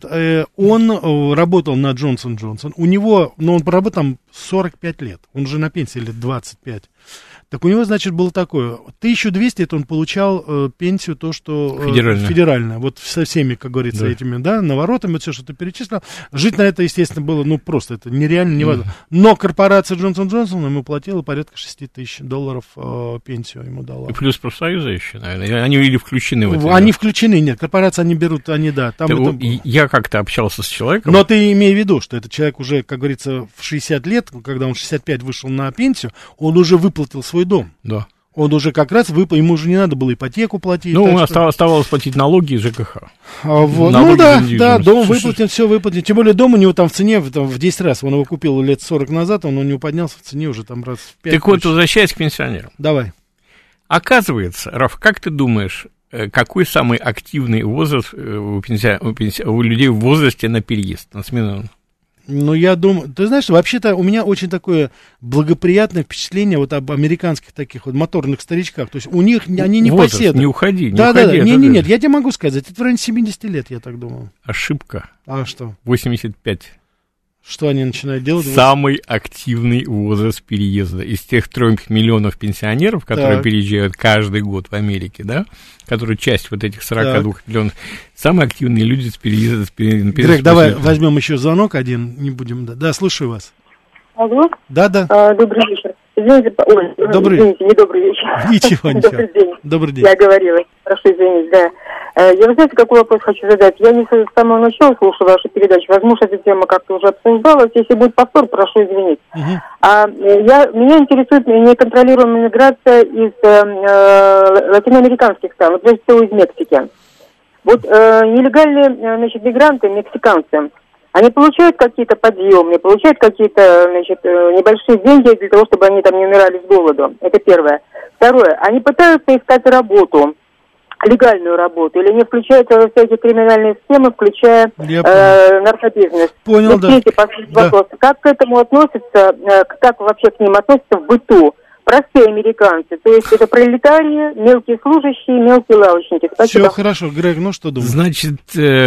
он работал на Джонсон Джонсон, у него, ну, он проработал там сорок пять лет, он уже на пенсии лет двадцать пять. Так у него, значит, было такое, тысяча двести это он получал э, пенсию, то, что э, федеральная. федеральная, вот со всеми, как говорится, да. этими, да, наворотами, вот все, что ты перечислил. Жить на это, естественно, было, ну, просто, это нереально, невозможно. Mm. Но корпорация Джонсон Джонсон ему платила порядка шесть тысяч долларов э, пенсию ему дала. И плюс профсоюзы еще, наверное, они или включены в это? Они да? включены, нет, корпорации они берут, они, да. Там это, это... Я как-то общался с человеком. Но ты имей в виду, что этот человек уже, как говорится, в шестьдесят лет, когда он в шестьдесят пять вышел на пенсию, он уже выплатил свой дом. Да. Он уже как раз выплатил, ему уже не надо было ипотеку платить. Ну, что... оставалось платить налоги и ЖКХ. А, вот. Ну да, да, дом выплатен, все выплатен. Тем более дом у него там в цене там, в десять раз. Он его купил лет сорок назад, он у него поднялся в цене уже там раз в пять. Так вот, возвращаясь к пенсионерам. Давай. Оказывается, Раф, как ты думаешь, какой самый активный возраст у, пенсия... у, пенсия... у людей в возрасте на переезд, на смену? Ну, я думаю, ты знаешь, вообще-то у меня очень такое благоприятное впечатление вот об американских таких вот моторных старичках. То есть у них, они не возраст, поседы. Не уходи, не да, уходи. Да, да, нет, нет, нет, я тебе могу сказать, это в районе семидесяти лет, я так думал. Ошибка. А что? восемьдесят пять. Что они начинают делать? Самый активный возраст переезда. Из тех трех миллионов пенсионеров, которые так. переезжают каждый год в Америке, да, которые часть вот этих сорок двух миллионов, самые активные люди с переезда. С переезда Грег, давай возьмем еще звонок один, не будем, да, да, слушаю вас. Алло? Да, да. А, добрый вечер. Извините, ой, добрый... извините, не добрый вечер. Ничего, ничего. Добрый день. Добрый день. Я говорила, прошу извинить, да. Я, вы знаете, какой вопрос хочу задать? Я не с самого начала слушала вашу передачу. Возможно, эта тема как-то уже обсуждалась. Если будет повтор, прошу извинить. Uh-huh. А, я, меня интересует неконтролируемая миграция из э, латиноамериканских стран, вот прежде всего из Мексики. Вот э, нелегальные, значит, мигранты, мексиканцы, они получают какие-то подъемные, получают какие-то, значит, небольшие деньги для того, чтобы они там не умирали с голоду. Это первое. Второе. Они пытаются искать работу, легальную работу, или не включаются во всякие криминальные схемы, включая э, наркобизнес. Понял, ну, да. Третий, последний да. вопрос. Как к этому относятся, э, как вообще к ним относятся в быту простые американцы? То есть это пролетарии, мелкие служащие, мелкие лавочники. Спасибо. Все хорошо. Грег, ну что думаешь? Значит,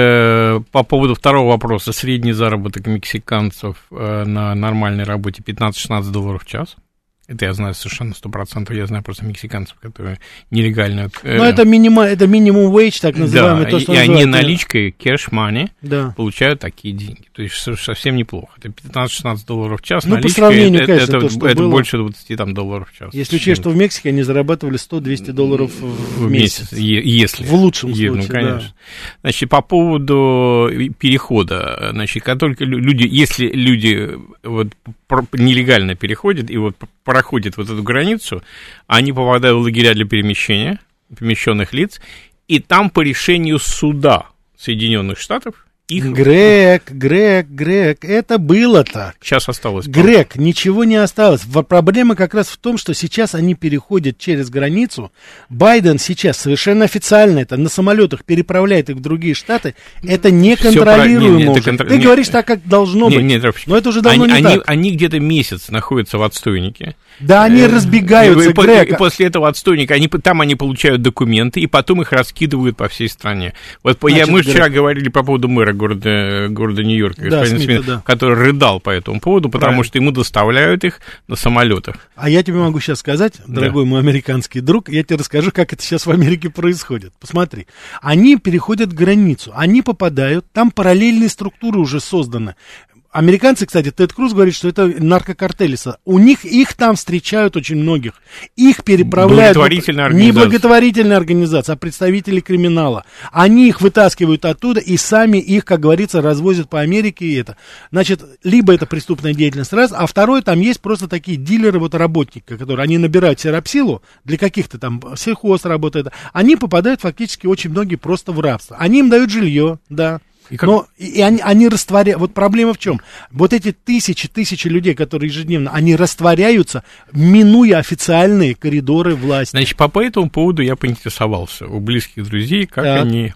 э, по поводу второго вопроса. Средний заработок мексиканцев э, на нормальной работе пятнадцать-шестнадцать долларов в час. Это я знаю совершенно сто процентов. Я знаю просто мексиканцев, которые нелегально... Э, ну, это, минима, это минимум wage, так называемый. Да, то, что и называют, они наличкой, cash money, да. получают такие деньги. То есть совсем неплохо. Это пятнадцать-шестнадцать долларов в час. Ну, наличкой, по сравнению, это, конечно, это, то, что это было. больше двадцать там, долларов в час. Если учесть, что в Мексике они зарабатывали сто-двести долларов в, в месяц. месяц. Если. В лучшем е, случае, ну, конечно. Да. Значит, по поводу перехода. Значит, как только люди, если люди вот, нелегально переходят и вот проходят вот эту границу, они попадают в лагеря для перемещения, перемещенных лиц, и там по решению суда Соединенных Штатов их... Грег, Грег, Грег, это было так. Сейчас осталось. Грег, ничего не осталось. Проблема как раз в том, что сейчас они переходят через границу. Байден сейчас совершенно официально это на самолетах переправляет их в другие штаты. Это неконтролируемо уже. Контр... Ты нет, говоришь так, как должно нет, быть. Нет, но это уже давно они, не они, так. Они где-то месяц находятся в отстойнике. Да, они э, разбегаются, и, Грег. И после этого отстойника, они, там они получают документы, и потом их раскидывают по всей стране. Вот Значит, я, мы Грег... вчера говорили по поводу мэра города, города Нью-Йорка, да, господин Смита, Смит, да. который рыдал по этому поводу, потому Правильно. Что ему доставляют их на самолетах. А я тебе могу сейчас сказать, дорогой да. мой американский друг, я тебе расскажу, как это сейчас в Америке происходит. Посмотри. Они переходят границу, они попадают, там параллельные структуры уже созданы. Американцы, кстати, Тед Круз говорит, что это наркокартели. У них, их там встречают очень многих. Их переправляют... Благотворительная организация. Не благотворительная организация, а представители криминала. Они их вытаскивают оттуда и сами их, как говорится, развозят по Америке. И это. Значит, либо это преступная деятельность, раз, а второй, там есть просто такие дилеры, вот работники, которые, они набирают серапсилу для каких-то там сельхоз работает. Они попадают фактически очень многие просто в рабство. Они им дают жилье, да. И как... Но и они, они растворяют. Вот проблема в чем? Вот эти тысячи, тысячи людей, которые ежедневно, они растворяются, минуя официальные коридоры власти. Значит, по, по этому поводу я поинтересовался у близких друзей, как так. они,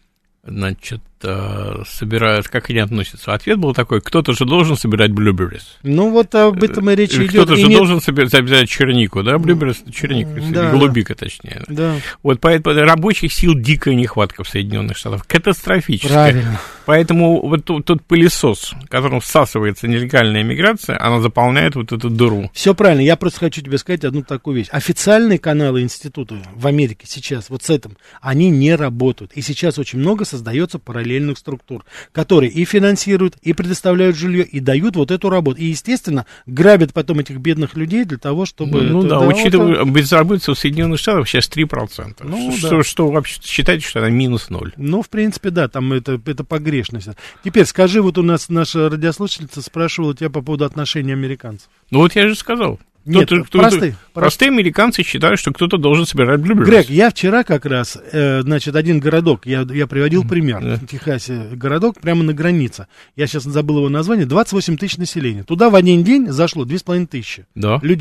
значит, собирают, как они относятся. Ответ был такой: кто-то же должен собирать blueberries. Ну, вот об этом и речь идет. Кто-то же нет... должен собирать, собирать чернику, да, blueberries, черника, да, голубика, точнее. Да. Вот поэтому рабочих сил дикая нехватка в Соединенных Штатах, катастрофическая. Правильно. Поэтому вот тот, тот пылесос, которым всасывается нелегальная миграция, она заполняет вот эту дыру. Все правильно. Я просто хочу тебе сказать одну такую вещь. Официальные каналы института в Америке сейчас, вот с этим, они не работают. И сейчас очень много создается параллельных структур, которые и финансируют, и предоставляют жилье, и дают вот эту работу. И, естественно, грабят потом этих бедных людей для того, чтобы... Ну, ну это, да, да, учитывая, вот, безработица в Соединенных Штатах сейчас три процента. Ну, что, да. что вообще считайте, что она минус ноль. Ну, в принципе, да, там это, это погрешность. Теперь скажи, вот у нас наша радиослушательница спрашивала тебя по поводу отношений американцев. Ну, вот я же сказал. Нет, кто-то, простые, кто-то, простые. Простые американцы считают, что кто-то должен собирать blueberries. Грег, я вчера как раз, э, значит, один городок, я, я приводил пример, yeah. в Техасе городок прямо на границе, я сейчас забыл его название, двадцать восемь тысяч населения. Туда в один день зашло две с половиной тысячи да. людей.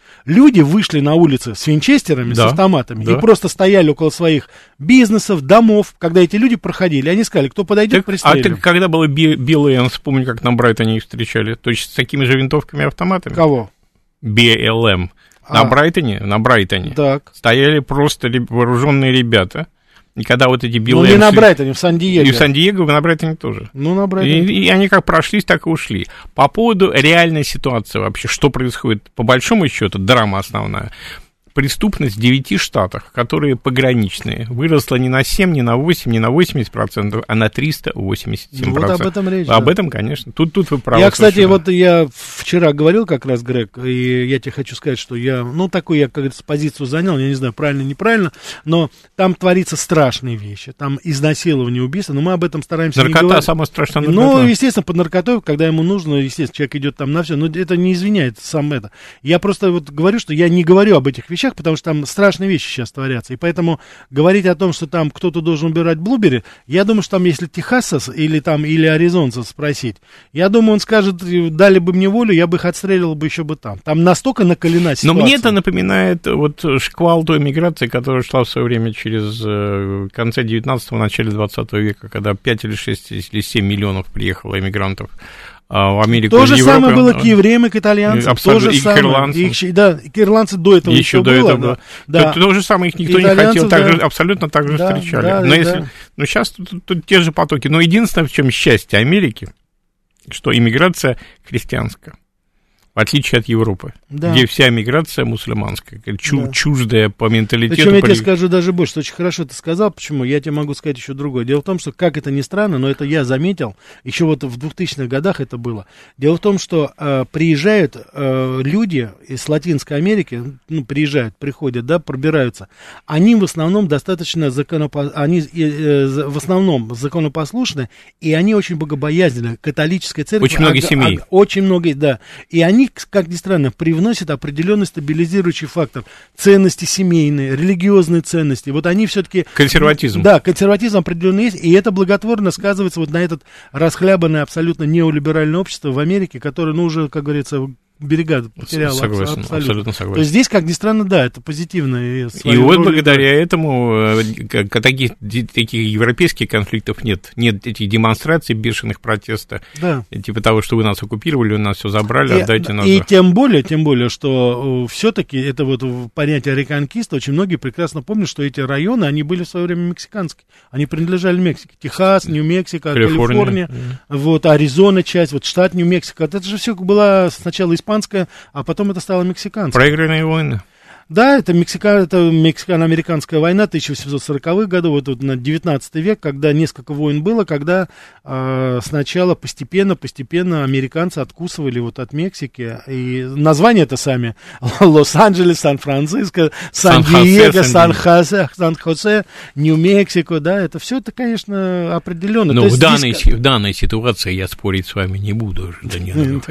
Люди вышли на улицы с винчестерами, да, с автоматами, да, и просто стояли около своих бизнесов, домов, когда эти люди проходили. Они сказали, кто подойдет, пристрелим. А ты, когда было би эл эм, вспомни, как на Брайтоне их встречали, то есть с такими же винтовками и автоматами? Кого? би эл эм. На а. Брайтоне, на Брайтоне так. стояли просто вооруженные ребята. И когда вот эти би эл эм... Ну, не на Брайтоне, в Сан-Диего. И в Сан-Диего, на Брайтоне тоже. Ну, на Брайтоне. И, и они как прошлись, так и ушли. По поводу реальной ситуации вообще, что происходит, по большому счету, драма основная. Преступность в девяти штатах, которые пограничные, выросла не на семь, не на восемь, не на восемьдесят процентов, а на триста восемьдесят семь процентов. Вот об этом речь. Об да. этом, конечно. Тут, тут вы правы. Я, кстати, совершенно. вот я вчера говорил как раз, Грег, и я тебе хочу сказать, что я, ну, такую я, как говорится, позицию занял, я не знаю, правильно, неправильно, но там творится страшные вещи, там изнасилование, убийство, но мы об этом стараемся наркота, не говорить. Наркота, самая страшная наркота. Ну, естественно, под наркотой, когда ему нужно, естественно, человек идет там на все, но это не извиняет сам это. Я просто вот говорю, что я не говорю об этих вещах, потому что там страшные вещи сейчас творятся, и поэтому говорить о том, что там кто-то должен убирать блубери, я думаю, что там, если техасца или там, или аризонца спросить, я думаю, он скажет, дали бы мне волю, я бы их отстреливал бы еще бы там. Там настолько накалена ситуация. Но мне это напоминает вот шквал той миграции, которая шла в свое время через э, конце девятнадцатого, начале двадцатого века, когда пять или шесть или семь миллионов приехало иммигрантов в Америку. То же самое было к евреям и к итальянцам. Абсолютно. То же и самое. к ирландцам. Их, да, и к ирландцам до этого еще до было. Этого, да. Да. То, то же самое, их никто итальянцев, не хотел, так да. же, абсолютно так же да, встречали. да, но, да, если, да. но сейчас тут, тут, тут те же потоки. Но единственное, в чем счастье Америки, что иммиграция христианская. В отличие от Европы, да. где вся миграция мусульманская, чу- да. чуждая по менталитету. Причем я по... тебе скажу даже больше, что очень хорошо ты сказал, почему, я тебе могу сказать еще другое. Дело в том, что, как это ни странно, но это я заметил, еще вот в двухтысячных годах это было. Дело в том, что э, приезжают э, люди из Латинской Америки, ну, приезжают, приходят, да, пробираются, они в основном достаточно законопо... они э, в основном законопослушны, и они очень богобоязненны, католическая церковь. Очень много а, семей. А, очень много, да. И они, как ни странно, привносят определенный стабилизирующий фактор. Ценности семейные, религиозные ценности. Вот они все-таки... Консерватизм. Да, консерватизм определенно есть, и это благотворно сказывается вот на этот расхлябанное абсолютно неолиберальное общество в Америке, которое, ну, уже, как говорится, берега потеряла. Согласен, абсолютно. абсолютно согласен. То есть здесь, как ни странно, да, это позитивно. И, и вот благодаря этому как, таких, таких европейских конфликтов нет. Нет этих демонстраций, бешеных протестов. Да. Типа того, что вы нас оккупировали, вы нас все забрали, и, отдайте назад. И тем более, тем более, что все-таки это вот понятие реконкиста, очень многие прекрасно помнят, что эти районы, они были в свое время мексиканские. Они принадлежали Мексике. Техас, Нью-Мексико, Калифорния, Калифорния вот, Аризона часть, вот штат Нью-Мексико. Это же все было сначала испанское, а потом это стало мексиканское. Проигранные войны. Да, это, Мексика, это мексикано-американская война тысяча восемьсот сороковых годов, вот, вот на девятнадцатый век, когда несколько войн было, когда э, сначала постепенно, постепенно американцы откусывали вот от Мексики, и названия это сами, Лос-Анджелес, Сан-Франциско, Сан-Диего, Сан-Хосе, Сан-Хосе, Нью-Мексико, да, это все это, конечно, определенно. Но в данной, здесь... в данной ситуации я спорить с вами не буду, Данила.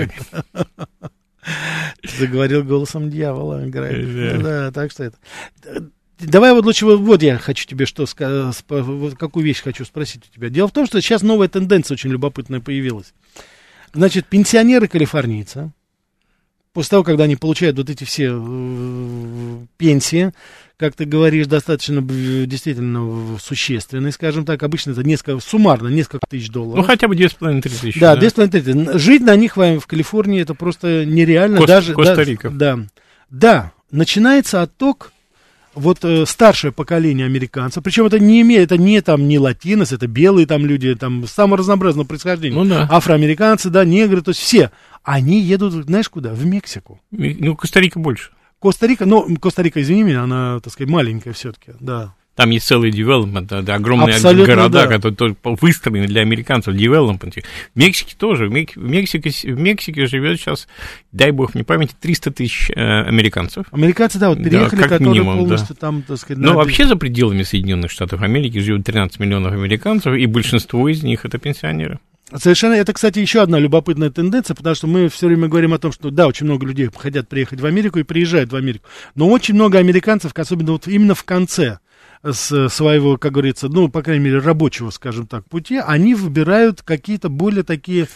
Ты заговорил голосом дьявола, Грег. Да, так что это. Давай вот лучше, вот я хочу тебе что сказать, какую вещь хочу спросить у тебя. Дело в том, что сейчас новая тенденция очень любопытная появилась. Значит, пенсионеры-калифорнийцы, после того, когда они получают вот эти все э, пенсии, как ты говоришь, достаточно действительно существенные, скажем так, обычно это несколько, суммарно, несколько тысяч долларов. Ну, хотя бы две с половиной тысячи. Да, две с половиной тысячи. Жить на них в, в Калифорнии это просто нереально. Коста, даже, Коста-Рика. Да, да, да, начинается отток. Вот э, старшее поколение американцев, причем это не имеет, это не там не латинос, это белые там люди, там самого разнообразного происхождения, ну, да. Афроамериканцы, да, негры, то есть все, они едут, знаешь куда, в Мексику. Ну, Коста-Рика больше. Коста-Рика, ну, Коста-Рика, извини меня, она, так сказать, маленькая все-таки, да. Там есть целый девелопмент, да, огромные абсолютно, города, да. которые выстроены для американцев, девелопмент. В Мексике тоже, в Мексике, в Мексике живет сейчас, дай бог мне памяти, триста тысяч э, американцев. Американцы, да, вот переехали, да, которые минимум, полностью да. там, так сказать... Но на... вообще за пределами Соединенных Штатов Америки живет тринадцать миллионов американцев, и большинство из них это пенсионеры. Совершенно, это, кстати, еще одна любопытная тенденция, потому что мы все время говорим о том, что, да, очень много людей хотят приехать в Америку и приезжают в Америку, но очень много американцев, особенно вот именно в конце с своего, как говорится, ну, по крайней мере, рабочего, скажем так, пути, они выбирают какие-то более такие,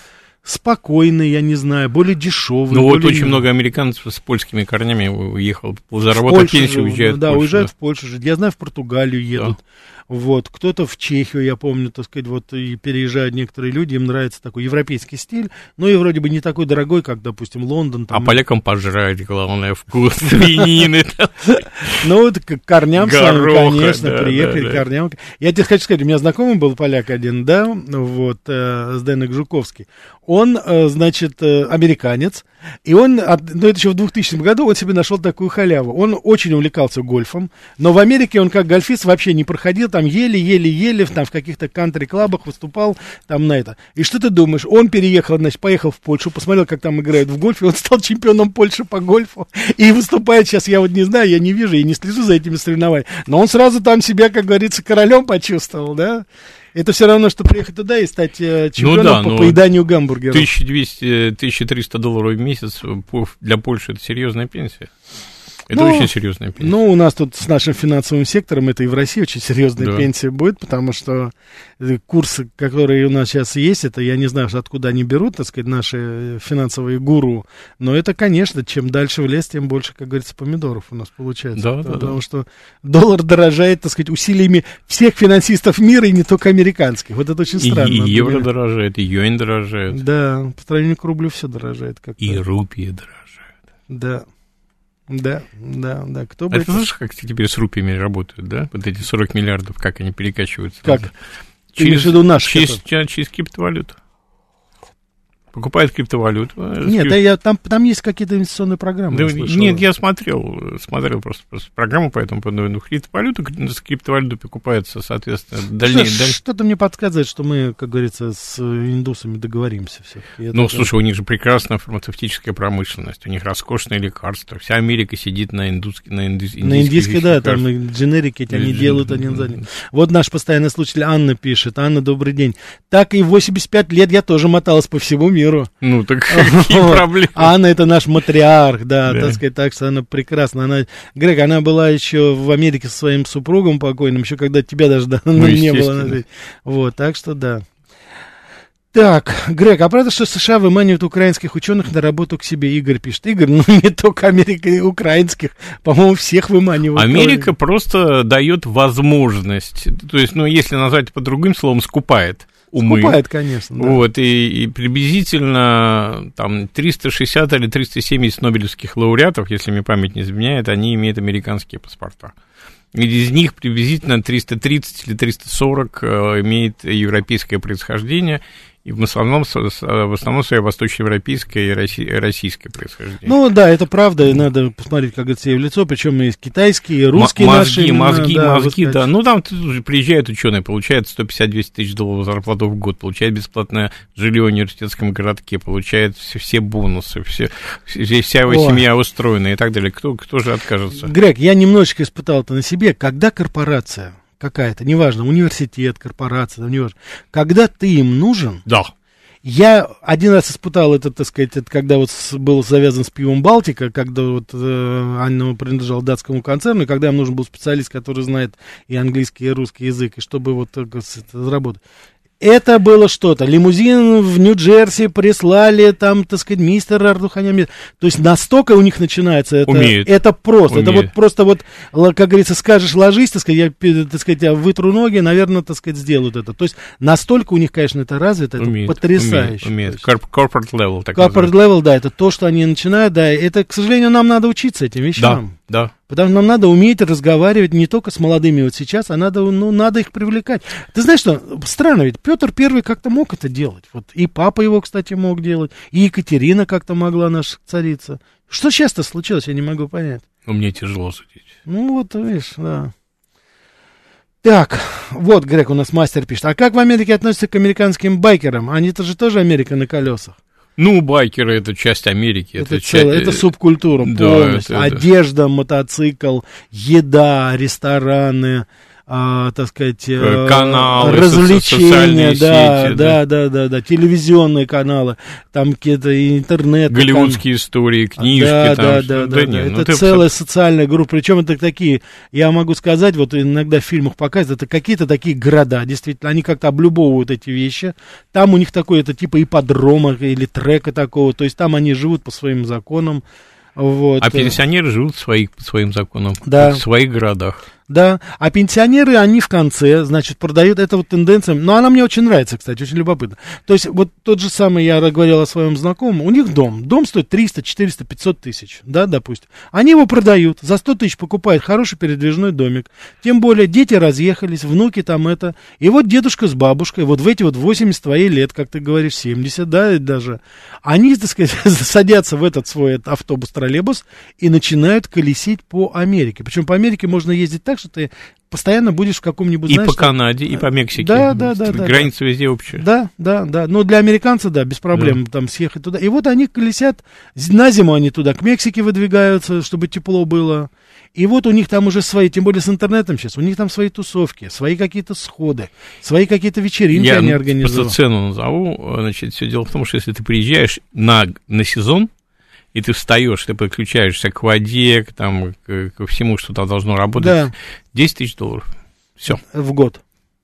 спокойный, я не знаю, более дешевый. Ну, более... вот очень много американцев с польскими корнями уехал, заработать пенсию, уезжают да, в Польшу. уезжают Да, в Польшу жить. Я знаю, в Португалию едут. Да. Вот, кто-то в Чехию, я помню, так сказать, вот, и переезжают некоторые люди, им нравится такой европейский стиль, но и вроде бы не такой дорогой, как, допустим, Лондон. Там, а полякам пожрать, главное, вкус свинины. Ну, вот к корням своим, конечно, приехали к корням. Я тебе хочу сказать, у меня знакомый был поляк один, да, вот, Здэnek Жуковский. Он, значит, американец, и он, ну, это еще в двухтысячном году, он себе нашел такую халяву. Он очень увлекался гольфом, но в Америке он как гольфист вообще не проходил, там еле-еле-еле, там в каких-то кантри-клабах выступал, там на это. И что ты думаешь? Он переехал, значит, поехал в Польшу, посмотрел, как там играют в гольф, и он стал чемпионом Польши по гольфу. И выступает сейчас, я вот не знаю, я не вижу, я не слежу за этими соревнованиями, но он сразу там себя, как говорится, королем почувствовал, да? Это все равно, что приехать туда и стать э, чемпионом ну, да, по поеданию гамбургеров. тысяча двести - тысяча триста долларов в месяц для Польши — это серьезная пенсия. Это ну, очень серьезная пенсия. Ну, у нас тут с нашим финансовым сектором, это и в России очень серьезная да. пенсия будет, потому что курсы, которые у нас сейчас есть, это я не знаю, откуда они берут, так сказать, наши финансовые гуру, но это, конечно, чем дальше в лес, тем больше, как говорится, помидоров у нас получается. Да, потому, да, потому да. что доллар дорожает, так сказать, усилиями всех финансистов мира, и не только американских. Вот это очень странно. И, и евро дорожает, и юань дорожает. Да, по сравнению к рублю все дорожает. Как-то. И рупии дорожают. Да. Да, да, да. Кто бы а это... ты знаешь, как теперь с рупиями работают, да? Вот эти сорок миллиардов, как они перекачиваются? Как? Через, через, через, через криптовалюту. Покупает криптовалюту. Нет, да я, там, там есть какие-то инвестиционные программы. Да, я нет, я смотрел, смотрел просто, просто программу по этому поводу. Криптовалюту, с криптовалютой покупается, соответственно, дальнее. Что, даль... Что-то мне подсказывает, что мы, как говорится, с индусами договоримся все-таки. Ну, это... слушай, у них же прекрасная фармацевтическая промышленность, у них роскошные лекарства. Вся Америка сидит на индусской, на индийской. На индийской, да, там и дженерики эти они делают один за одним. Вот наш постоянный слушатель Анна пишет. Анна, добрый день. Так и в восемьдесят пять лет я тоже моталась по всему миру. Миру. Ну, так какие вот. проблемы? Анна — это наш матриарх, да, да, так сказать, так что она прекрасна. Она, Грег, она была еще в Америке со своим супругом покойным, еще когда тебя даже да, ну, не было на свете. Вот, так что да. Так, Грег, а правда, что США выманивают украинских ученых на работу к себе? Игорь пишет. Игорь, ну не только Америка и украинских, по-моему, всех выманивают. Америка просто дает возможность, то есть, ну, если назвать по другим словам, скупает. Умы. Скупает, конечно. Да. Вот, и, и приблизительно там триста шестьдесят или триста семьдесят нобелевских лауреатов, если мне память не изменяет, они имеют американские паспорта. И из них приблизительно триста тридцать или триста сорок имеет европейское происхождение, и в основном, в основном свое восточноевропейское и российское происхождение. Ну да, это правда, и надо посмотреть, как говорится, в лицо, причем есть китайские, и русские М- мозги, наши. Мозги, да, мозги, да. Ну там приезжают ученые, получают сто пятьдесят - двести тысяч долларов зарплату в год, получают бесплатное жилье в университетском городке, получают все, все бонусы, все, вся его О. семья устроена и так далее. Кто, кто же откажется? Грег, я немножечко испытал это на себе, когда корпорация какая-то, неважно, университет, корпорация, неважно, когда ты им нужен, да. Я один раз испытал это, так сказать, это, когда вот с, был завязан с пивом «Балтика», когда вот э, Анна принадлежала датскому концерну, и когда им нужен был специалист, который знает и английский, и русский язык, и чтобы вот так, заработать. Это было что-то. Лимузин в Нью-Джерси прислали, там, так сказать, мистер Ардуханян. То есть настолько у них начинается это. Умеет. Это просто. Умеет. Это вот просто вот, как говорится, скажешь, ложись, так сказать, я, так сказать, я вытру ноги, наверное, так сказать, сделают это. То есть настолько у них, конечно, это развито, это умеет, потрясающе. Умеет, умеет. Corporate level. Так corporate level, да, это то, что они начинают, да. Это, к сожалению, нам надо учиться этим вещам. Да, да. Потому что нам надо уметь разговаривать не только с молодыми вот сейчас, а надо, ну, надо их привлекать. Ты знаешь что, странно ведь, Петр Первый как-то мог это делать. Вот и папа его, кстати, мог делать, и Екатерина как-то могла, наша царица. Что сейчас-то случилось, я не могу понять. Ну, мне тяжело судить. Ну, вот, видишь, да. Так, вот, Грег у нас мастер пишет. А как в Америке относятся к американским байкерам? Они-то же тоже Америка на колесах. Ну, байкеры — это часть Америки. Это, это, целое, часть... это субкультура да, полностью. Это, Одежда, это... мотоцикл, еда, рестораны, а, так сказать, каналы, развлечения, да, сети, да, да, да, да, да, телевизионные каналы, там какие-то интернет. Голливудские кан... истории, книжки. Да, там, да, что... да, да, да, нет, да. ну, Это целая социальная группа, причем это такие, я могу сказать, вот иногда в фильмах показывают, это какие-то такие города, действительно, они как-то облюбовывают эти вещи, там у них такое, это типа ипподрома или трека такого, то есть там они живут по своим законам. Вот. А пенсионеры живут свои, по своим законам, да. в своих городах. Да, а пенсионеры, они в конце, значит, продают, это вот тенденция, но она мне очень нравится, кстати, очень любопытно. То есть, вот тот же самый, я говорил о своем знакомом, у них дом, дом стоит триста, четыреста, пятьсот тысяч, да, допустим. Они его продают, за сто тысяч покупают хороший передвижной домик, тем более дети разъехались, внуки там это, и вот дедушка с бабушкой, вот в эти вот восемьдесят твоих лет, как ты говоришь, семьдесят, да, даже, они, так сказать, садятся в этот свой автобус, троллейбус и начинают колесить по Америке. Причем по Америке можно ездить так, что ты постоянно будешь в каком-нибудь... И знаешь, по Канаде, и по Мексике. Да, да, да. Граница да, везде общая. Да, да, да. Но для американцев, да, без проблем да. там съехать туда. И вот они колесят, на зиму они туда, к Мексике выдвигаются, чтобы тепло было. И вот у них там уже свои, тем более с интернетом сейчас, у них там свои тусовки, свои какие-то сходы, свои какие-то вечеринки Я они организуют. Я просто цену назову. Значит, все дело в том, что если ты приезжаешь на, на сезон, и ты встаешь, ты подключаешься к воде, к, там, к, ко всему, что там должно работать, да. десять тысяч долларов. Все. В год.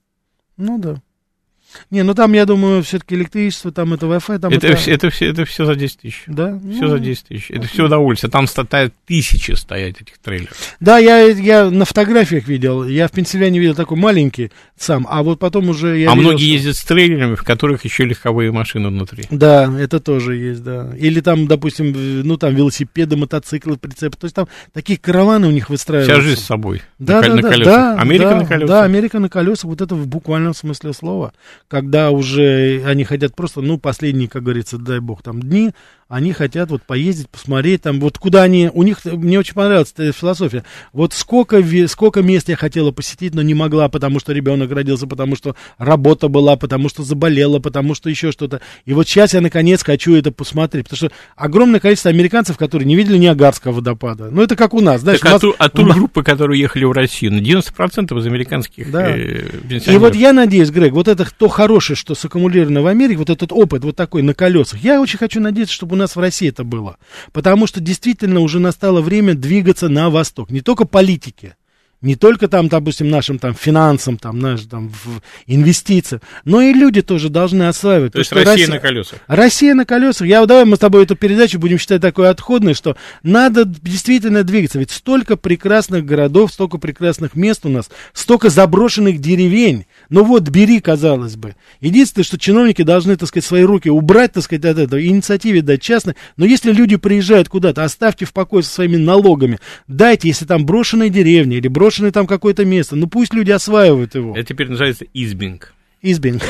Ну да. Не, ну там, я думаю, все-таки электричество, там это Wi-Fi, там это... это... Все, это, все, это все за десять тысяч. Да? Все ну, за десять тысяч. Это все удовольствие. Там стоят тысячи стоять этих трейлеров. Да, я, я на фотографиях видел. Я в Пенсильвании видел такой маленький сам, а вот потом уже я А видел, многие что... ездят с трейлерами, в которых еще легковые машины внутри. Да, это тоже есть, да. Или там, допустим, ну там велосипеды, мотоциклы, прицепы. То есть там такие караваны у них выстраиваются. Вся жизнь с собой. Да, на, да, на да, колесах. да. Америка да, на колесах. Да, Америка на колесах. Вот это в буквальном смысле слова. Когда уже они хотят просто, ну, последние, как говорится, дай бог, там, дни, они хотят вот поездить, посмотреть, там, вот куда они, у них, мне очень понравилась эта философия, вот сколько, сколько мест я хотела посетить, но не могла, потому что ребенок родился, потому что работа была, потому что заболела, потому что еще что-то, и вот сейчас я, наконец, хочу это посмотреть, потому что огромное количество американцев, которые не видели Ниагарского водопада, ну, это как у нас, знаешь. Так, нас, а, ту, а ту группы, которые ехали в Россию, на девяносто процентов из американских да. э, пенсионеров. И вот я надеюсь, Грег, вот это то хорошее, что саккумулировано в Америке, вот этот опыт вот такой на колесах, я очень хочу надеяться, чтобы у нас в России это было. Потому что действительно уже настало время двигаться на восток. Не только политики, не только там, допустим, нашим там финансам, там, нашим, там, в инвестициям, но и люди тоже должны осваивать. То есть Россия, Россия на колесах. Россия на колесах. Я, давай мы с тобой эту передачу будем считать такой отходной, что надо действительно двигаться. Ведь столько прекрасных городов, столько прекрасных мест у нас, столько заброшенных деревень. Ну вот, бери, казалось бы. Единственное, что чиновники должны, так сказать, свои руки убрать, так сказать, от этого, инициативе дать частной. Но если люди приезжают куда-то, оставьте в покое со своими налогами. Дайте, если там брошенная деревня или брошенное там какое-то место, ну пусть люди осваивают его. Это теперь называется избинг. Избинг.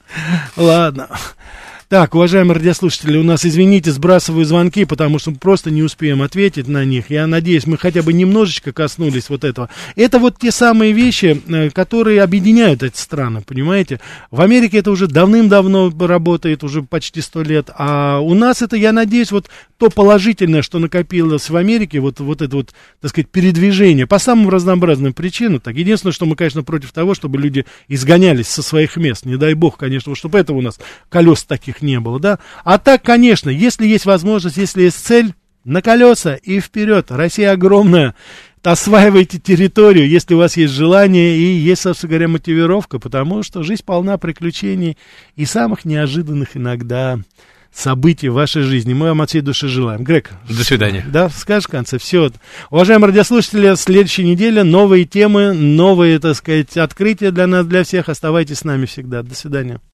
Ладно. Так, уважаемые радиослушатели, у нас, извините, сбрасываю звонки, потому что мы просто не успеем ответить на них. Я надеюсь, мы хотя бы немножечко коснулись вот этого. Это вот те самые вещи, которые объединяют эти страны, понимаете? В Америке это уже давным-давно работает, уже почти сто лет, а у нас это, я надеюсь, вот то положительное, что накопилось в Америке, вот, вот это вот, так сказать, передвижение по самым разнообразным причинам. Так, единственное, что мы, конечно, против того, чтобы люди изгонялись со своих мест, не дай бог, конечно, чтобы этого у нас колес таких не было, да. А так, конечно, если есть возможность, если есть цель, на колеса и вперед. Россия огромная. Осваивайте территорию, если у вас есть желание и есть, собственно говоря, мотивировка, потому что жизнь полна приключений и самых неожиданных иногда событий в вашей жизни. Мы вам от всей души желаем. Грег. До свидания. Да, скажешь в конце. Все. Уважаемые радиослушатели, следующей неделе новые темы, новые, так сказать, открытия для нас, для всех. Оставайтесь с нами всегда. До свидания.